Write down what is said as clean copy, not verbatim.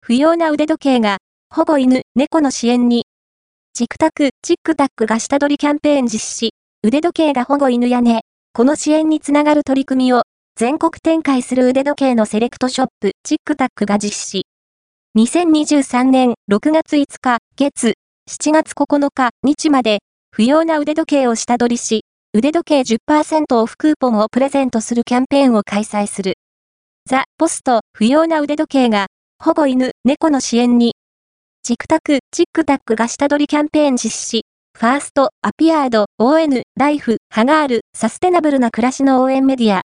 不要な腕時計が、保護犬、猫の支援に。チクタク、チックタックが下取りキャンペーン実施。腕時計が保護犬やね。この支援につながる取り組みを、全国展開する腕時計のセレクトショップ、チックタックが実施。2023年6月5日、月、7月9日、日まで、不要な腕時計を下取りし、腕時計 10% オフクーポンをプレゼントするキャンペーンを開催する。ザ・ポスト、不要な腕時計が、保護犬、猫の支援に。チクタク、チックタックが下取りキャンペーン実施。ファースト、アピアード、ON、ライフ、ハガール、サステナブルな暮らしの応援メディア。